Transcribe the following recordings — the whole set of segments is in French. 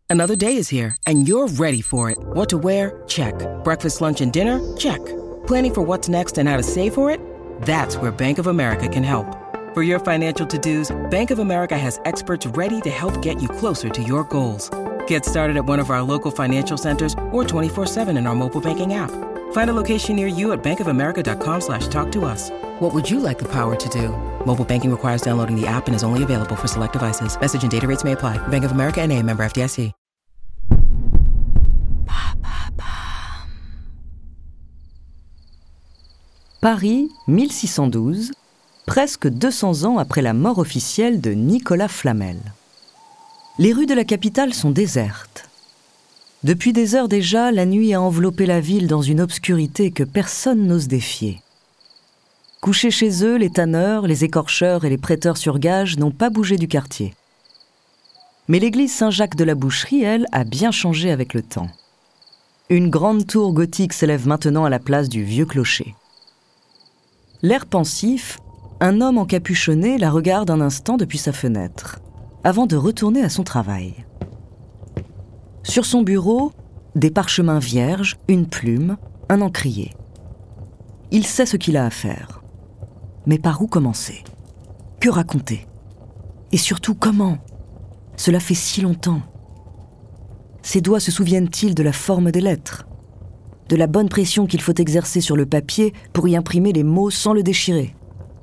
Another day is here, and you're ready for it. What to wear? Check. Breakfast, lunch, and dinner? Check. Planning for what's next and how to save for it? That's where Bank of America can help. For your financial to-dos, Bank of America has experts ready to help get you closer to your goals. Get started at one of our local financial centers or 24/7 in our mobile banking app. Find a location near you at bankofamerica.com/talktous. What would you like the power to do? Mobile banking requires downloading the app and is only available for select devices. Message and data rates may apply. Bank of America N.A., member FDIC. Paris, 1612, presque 200 ans après la mort officielle de Nicolas Flamel. Les rues de la capitale sont désertes. Depuis des heures déjà, la nuit a enveloppé la ville dans une obscurité que personne n'ose défier. Couchés chez eux, les tanneurs, les écorcheurs et les prêteurs sur gages n'ont pas bougé du quartier. Mais l'église Saint-Jacques de la Boucherie, elle, a bien changé avec le temps. Une grande tour gothique s'élève maintenant à la place du vieux clocher. L'air pensif, un homme encapuchonné la regarde un instant depuis sa fenêtre, avant de retourner à son travail. Sur son bureau, des parchemins vierges, une plume, un encrier. Il sait ce qu'il a à faire. Mais par où commencer? Que raconter? Et surtout, comment? Cela fait si longtemps. Ses doigts se souviennent-ils de la forme des lettres? De la bonne pression qu'il faut exercer sur le papier pour y imprimer les mots sans le déchirer?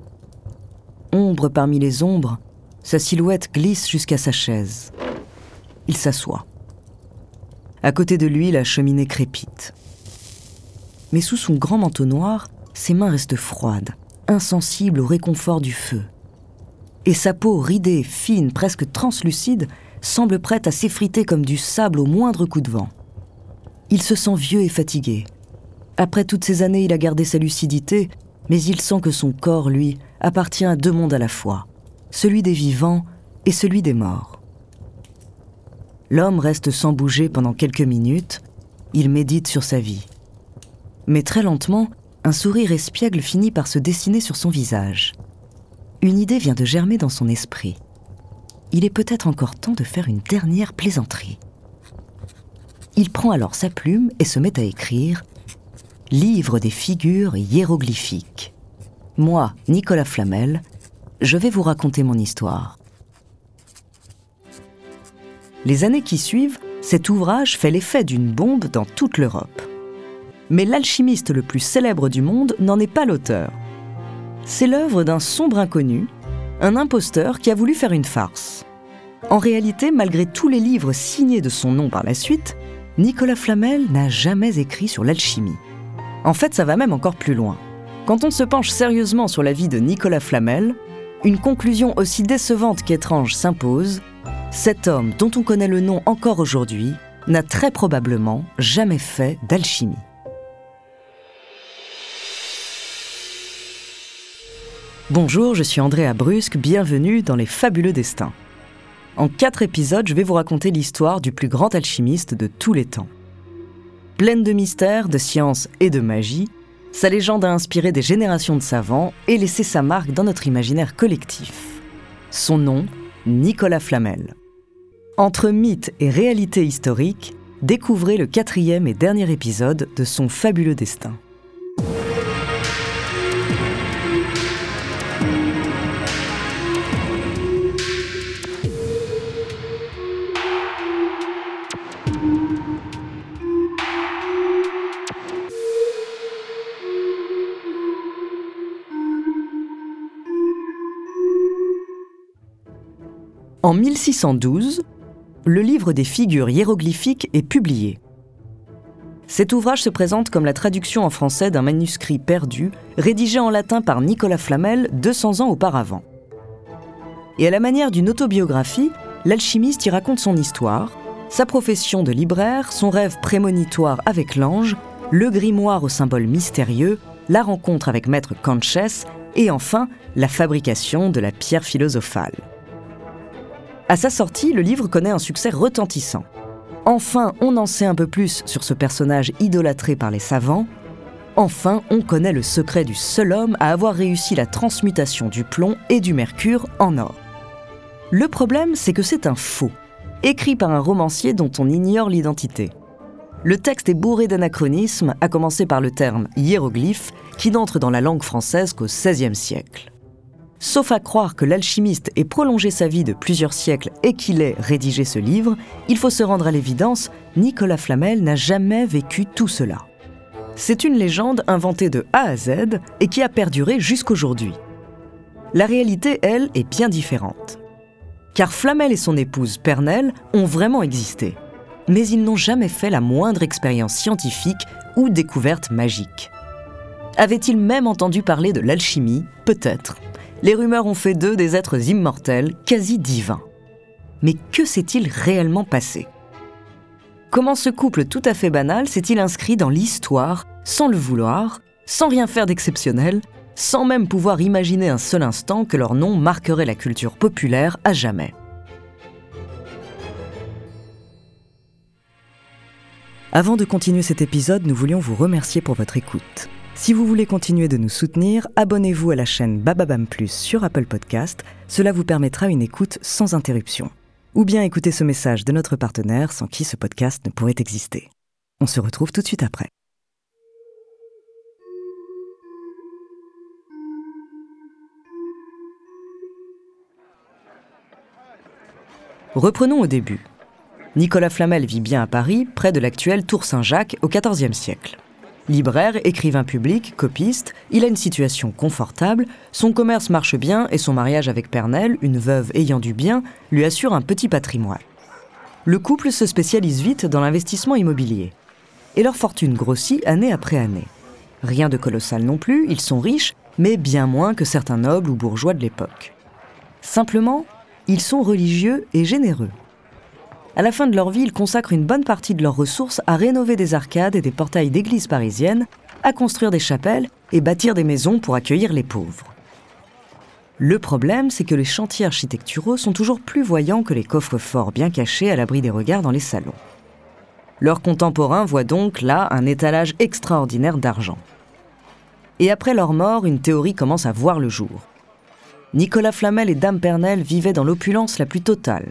Ombre parmi les ombres, sa silhouette glisse jusqu'à sa chaise. Il s'assoit. À côté de lui, la cheminée crépite. Mais sous son grand manteau noir, ses mains restent froides, insensibles au réconfort du feu. Et sa peau ridée, fine, presque translucide, semble prête à s'effriter comme du sable au moindre coup de vent. Il se sent vieux et fatigué. Après toutes ces années, il a gardé sa lucidité, mais il sent que son corps, lui, appartient à deux mondes à la fois, celui des vivants et celui des morts. L'homme reste sans bouger pendant quelques minutes, il médite sur sa vie. Mais très lentement, un sourire espiègle finit par se dessiner sur son visage. Une idée vient de germer dans son esprit. Il est peut-être encore temps de faire une dernière plaisanterie. Il prend alors sa plume et se met à écrire « Livre des figures hiéroglyphiques. Moi, Nicolas Flamel, je vais vous raconter mon histoire. » Les années qui suivent, cet ouvrage fait l'effet d'une bombe dans toute l'Europe. Mais l'alchimiste le plus célèbre du monde n'en est pas l'auteur. C'est l'œuvre d'un sombre inconnu, un imposteur qui a voulu faire une farce. En réalité, malgré tous les livres signés de son nom par la suite, Nicolas Flamel n'a jamais écrit sur l'alchimie. En fait, ça va même encore plus loin. Quand on se penche sérieusement sur la vie de Nicolas Flamel, une conclusion aussi décevante qu'étrange s'impose. Cet homme, dont on connaît le nom encore aujourd'hui, n'a très probablement jamais fait d'alchimie. Bonjour, je suis Andrea Brusque, bienvenue dans Les Fabuleux Destins. En 4 épisodes, je vais vous raconter l'histoire du plus grand alchimiste de tous les temps. Pleine de mystères, de science et de magie, sa légende a inspiré des générations de savants et laissé sa marque dans notre imaginaire collectif. Son nom, Nicolas Flamel. Entre mythe et réalité historique, découvrez le 4e et dernier épisode de son fabuleux destin. En 1612, le livre des figures hiéroglyphiques est publié. Cet ouvrage se présente comme la traduction en français d'un manuscrit perdu, rédigé en latin par Nicolas Flamel 200 ans auparavant. Et à la manière d'une autobiographie, l'alchimiste y raconte son histoire, sa profession de libraire, son rêve prémonitoire avec l'ange, le grimoire au symbole mystérieux, la rencontre avec maître Canchès et enfin la fabrication de la pierre philosophale. À sa sortie, le livre connaît un succès retentissant. Enfin, on en sait un peu plus sur ce personnage idolâtré par les savants. Enfin, on connaît le secret du seul homme à avoir réussi la transmutation du plomb et du mercure en or. Le problème, c'est que c'est un faux. écrit par un romancier dont on ignore l'identité. Le texte est bourré d'anachronismes, à commencer par le terme « hiéroglyphe » qui n'entre dans la langue française qu'au XVIe siècle. Sauf à croire que l'alchimiste ait prolongé sa vie de plusieurs siècles et qu'il ait rédigé ce livre, il faut se rendre à l'évidence, Nicolas Flamel n'a jamais vécu tout cela. C'est une légende inventée de A à Z et qui a perduré jusqu'aujourd'hui. La réalité, elle, est bien différente. Car Flamel et son épouse Pernelle ont vraiment existé. Mais ils n'ont jamais fait la moindre expérience scientifique ou découverte magique. Avaient-ils même entendu parler de l'alchimie ? Peut-être. Les rumeurs ont fait d'eux des êtres immortels, quasi divins. Mais que s'est-il réellement passé ? Comment ce couple tout à fait banal s'est-il inscrit dans l'histoire, sans le vouloir, sans rien faire d'exceptionnel, sans même pouvoir imaginer un seul instant que leur nom marquerait la culture populaire à jamais ? Avant de continuer cet épisode, nous voulions vous remercier pour votre écoute. Si vous voulez continuer de nous soutenir, abonnez-vous à la chaîne Bababam Plus sur Apple Podcast, cela vous permettra une écoute sans interruption. Ou bien écoutez ce message de notre partenaire sans qui ce podcast ne pourrait exister. On se retrouve tout de suite après. Reprenons au début. Nicolas Flamel vit bien à Paris, près de l'actuelle Tour Saint-Jacques, au XIVe siècle. Libraire, écrivain public, copiste, il a une situation confortable, son commerce marche bien et son mariage avec Pernelle, une veuve ayant du bien, lui assure un petit patrimoine. Le couple se spécialise vite dans l'investissement immobilier. Et leur fortune grossit année après année. Rien de colossal non plus, ils sont riches, mais bien moins que certains nobles ou bourgeois de l'époque. Simplement, ils sont religieux et généreux. À la fin de leur vie, ils consacrent une bonne partie de leurs ressources à rénover des arcades et des portails d'églises parisiennes, à construire des chapelles et bâtir des maisons pour accueillir les pauvres. Le problème, c'est que les chantiers architecturaux sont toujours plus voyants que les coffres-forts bien cachés à l'abri des regards dans les salons. Leurs contemporains voient donc là un étalage extraordinaire d'argent. Et après leur mort, une théorie commence à voir le jour. Nicolas Flamel et Dame Pernelle vivaient dans l'opulence la plus totale.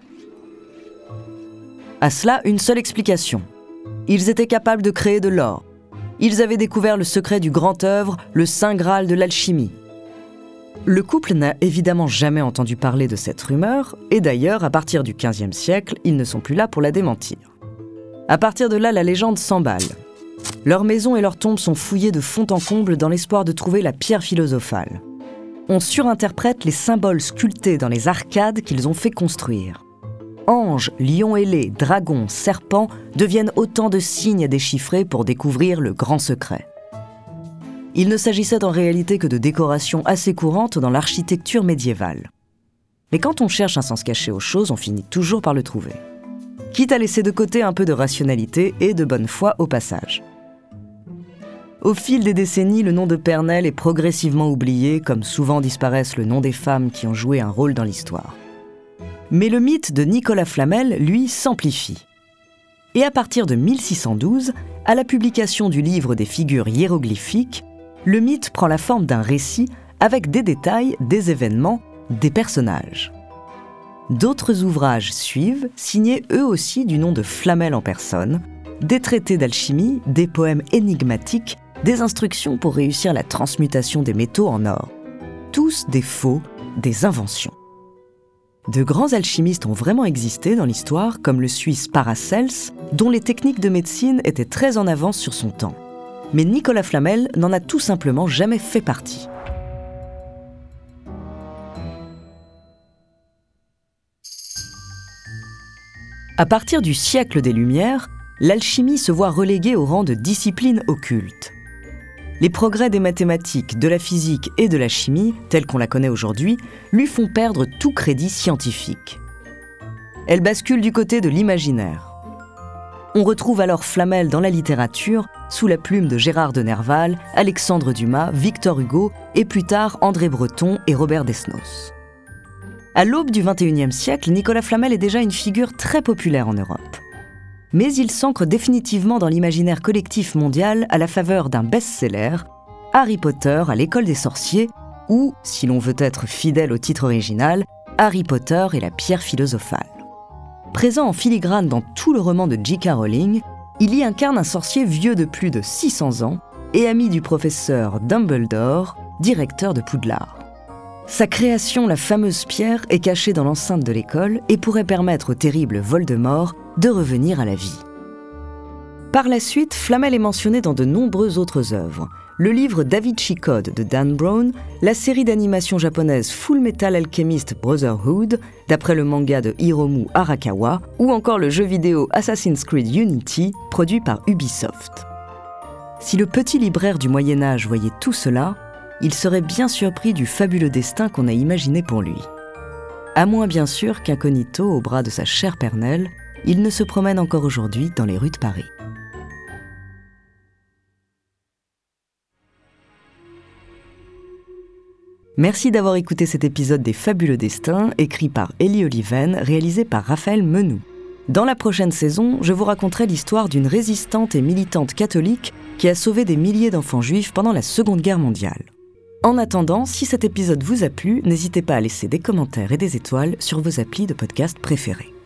À cela, une seule explication. Ils étaient capables de créer de l'or. Ils avaient découvert le secret du grand œuvre, le saint graal de l'alchimie. Le couple n'a évidemment jamais entendu parler de cette rumeur, et d'ailleurs, à partir du XVe siècle, ils ne sont plus là pour la démentir. À partir de là, la légende s'emballe. Leurs maisons et leurs tombes sont fouillées de fond en comble dans l'espoir de trouver la pierre philosophale. On surinterprète les symboles sculptés dans les arcades qu'ils ont fait construire. Anges, lions ailés, dragons, serpents deviennent autant de signes déchiffrés pour découvrir le grand secret. Il ne s'agissait en réalité que de décorations assez courantes dans l'architecture médiévale. Mais quand on cherche un sens caché aux choses, on finit toujours par le trouver. Quitte à laisser de côté un peu de rationalité et de bonne foi au passage. Au fil des décennies, le nom de Pernelle est progressivement oublié, comme souvent disparaissent le nom des femmes qui ont joué un rôle dans l'histoire. Mais le mythe de Nicolas Flamel, lui, s'amplifie. Et à partir de 1612, à la publication du livre des figures hiéroglyphiques, le mythe prend la forme d'un récit avec des détails, des événements, des personnages. D'autres ouvrages suivent, signés eux aussi du nom de Flamel en personne, des traités d'alchimie, des poèmes énigmatiques, des instructions pour réussir la transmutation des métaux en or. Tous des faux, des inventions. De grands alchimistes ont vraiment existé dans l'histoire, comme le Suisse Paracelse, dont les techniques de médecine étaient très en avance sur son temps. Mais Nicolas Flamel n'en a tout simplement jamais fait partie. À partir du siècle des Lumières, l'alchimie se voit reléguée au rang de discipline occulte. Les progrès des mathématiques, de la physique et de la chimie, telle qu'on la connaît aujourd'hui, lui font perdre tout crédit scientifique. Elle bascule du côté de l'imaginaire. On retrouve alors Flamel dans la littérature, sous la plume de Gérard de Nerval, Alexandre Dumas, Victor Hugo et plus tard André Breton et Robert Desnos. À l'aube du XXIe siècle, Nicolas Flamel est déjà une figure très populaire en Europe. Mais il s'ancre définitivement dans l'imaginaire collectif mondial à la faveur d'un best-seller, Harry Potter à l'école des sorciers, ou, si l'on veut être fidèle au titre original, Harry Potter et la pierre philosophale. Présent en filigrane dans tout le roman de J.K. Rowling, il y incarne un sorcier vieux de plus de 600 ans et ami du professeur Dumbledore, directeur de Poudlard. Sa création, la fameuse pierre, est cachée dans l'enceinte de l'école et pourrait permettre au terrible Voldemort de revenir à la vie. Par la suite, Flamel est mentionné dans de nombreuses autres œuvres. Le livre Da Vinci Code de Dan Brown, la série d'animation japonaise Full Metal Alchemist Brotherhood, d'après le manga de Hiromu Arakawa, ou encore le jeu vidéo Assassin's Creed Unity, produit par Ubisoft. Si le petit libraire du Moyen-Âge voyait tout cela, il serait bien surpris du fabuleux destin qu'on a imaginé pour lui. À moins bien sûr qu'incognito au bras de sa chère Pernelle, il ne se promène encore aujourd'hui dans les rues de Paris. Merci d'avoir écouté cet épisode des Fabuleux Destins, écrit par Élie Oliven, réalisé par Raphaël Menou. Dans la prochaine saison, je vous raconterai l'histoire d'une résistante et militante catholique qui a sauvé des milliers d'enfants juifs pendant la Seconde Guerre mondiale. En attendant, si cet épisode vous a plu, n'hésitez pas à laisser des commentaires et des étoiles sur vos applis de podcast préférés.